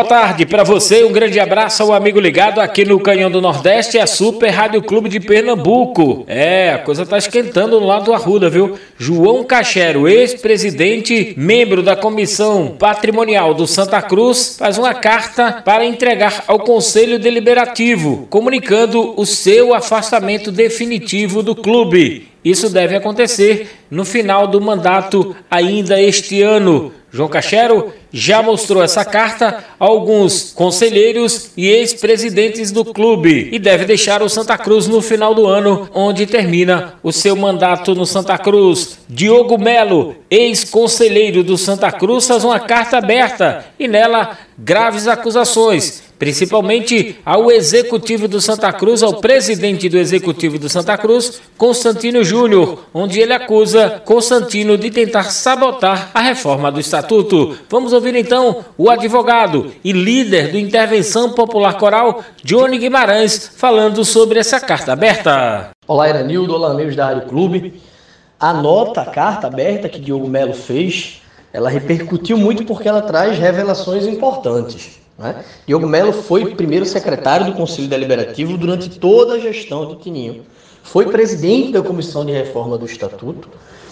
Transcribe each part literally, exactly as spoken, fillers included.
Boa tarde para você, um grande abraço ao amigo ligado aqui no Canhão do Nordeste, a Super Rádio Clube de Pernambuco. É, a coisa tá esquentando no lado do Arruda, viu? João Cachero, ex-presidente, membro da Comissão Patrimonial do Santa Cruz, faz uma carta para entregar ao Conselho Deliberativo, comunicando o seu afastamento definitivo do clube. Isso deve acontecer no final do mandato ainda este ano. João Cachero já mostrou essa carta a alguns conselheiros e ex-presidentes do clube e deve deixar o Santa Cruz no final do ano, onde termina o seu mandato no Santa Cruz. Diogo Melo, ex-conselheiro do Santa Cruz, faz uma carta aberta e nela graves acusações, principalmente ao executivo do Santa Cruz, ao presidente do executivo do Santa Cruz, Constantino Júnior, onde ele acusa Constantino de tentar sabotar a reforma do estatuto. Vamos ouvir então o advogado e líder do Intervenção Popular Coral, Johnny Guimarães, falando sobre essa carta aberta. Olá, Iranildo, olá, amigos da Rádio Clube. A nota, a carta aberta que Diogo Melo fez, ela repercutiu muito porque ela traz revelações importantes. Né? Diogo Melo foi primeiro secretário do Conselho Deliberativo durante toda a gestão de Tininho. Foi presidente da Comissão de Reforma do Estatuto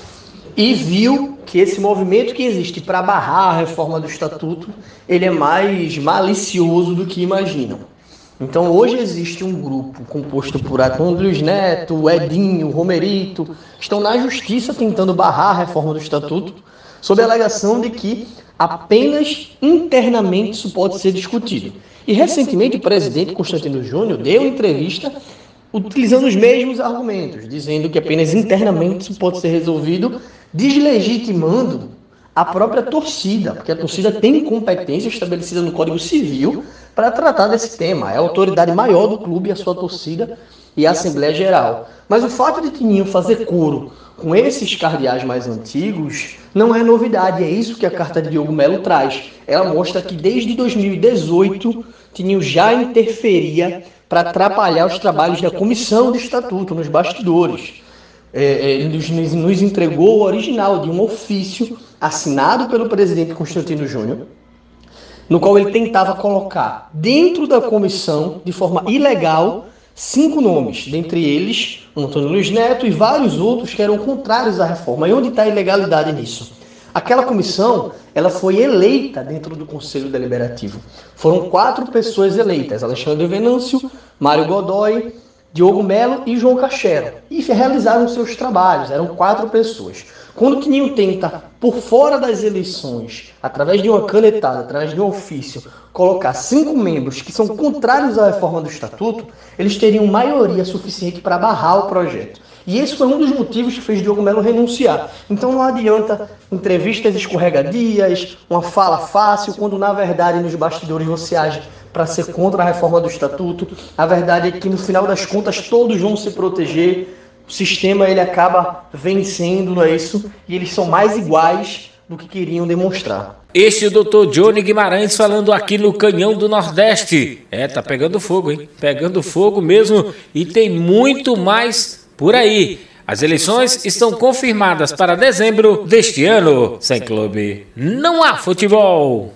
e viu que esse movimento que existe para barrar a reforma do Estatuto, ele é mais malicioso do que imaginam. Então hoje existe um grupo composto por Antônio Luiz Neto, Edinho, Romerito, que estão na justiça tentando barrar a reforma do Estatuto, sob a alegação de que apenas internamente isso pode ser discutido. E recentemente o presidente Constantino Júnior deu entrevista utilizando os mesmos argumentos, dizendo que apenas internamente isso pode ser resolvido, deslegitimando a própria torcida, porque a torcida tem competência estabelecida no Código Civil para tratar desse tema. É a autoridade maior do clube, a sua torcida e a Assembleia Geral. Mas o fato de Tininho fazer coro com esses cardeais mais antigos não é novidade, é isso que a carta de Diogo Melo traz. Ela mostra que desde dois mil e dezoito, Tininho já interferia para atrapalhar os trabalhos da Comissão de Estatuto, nos bastidores. É, ele nos, nos entregou o original de um ofício assinado pelo presidente Constantino Júnior, no qual ele tentava colocar dentro da comissão, de forma ilegal, cinco nomes, dentre eles Antônio Luiz Neto e vários outros que eram contrários à reforma. E onde está a ilegalidade nisso? Aquela comissão, ela foi eleita dentro do Conselho Deliberativo. Foram quatro pessoas eleitas: Alexandre Venâncio, Mário Godoy, Diogo Melo e João Cachero. E realizaram seus trabalhos, eram quatro pessoas. Quando o Tininho tenta, por fora das eleições, através de uma canetada, através de um ofício, colocar cinco membros que são contrários à reforma do Estatuto, eles teriam maioria suficiente para barrar o projeto. E esse foi um dos motivos que fez Diogo Melo renunciar. Então não adianta entrevistas escorregadias, uma fala fácil, quando na verdade nos bastidores você age para ser contra a reforma do Estatuto. A verdade é que no final das contas todos vão se proteger, o sistema ele acaba vencendo, não é isso? E eles são mais iguais do que queriam demonstrar. Este é o doutor Johnny Guimarães falando aqui no Canhão do Nordeste. É, tá pegando fogo, hein? Pegando fogo mesmo, e tem muito mais por aí. As eleições estão confirmadas para dezembro deste ano. Sem clube, não há futebol.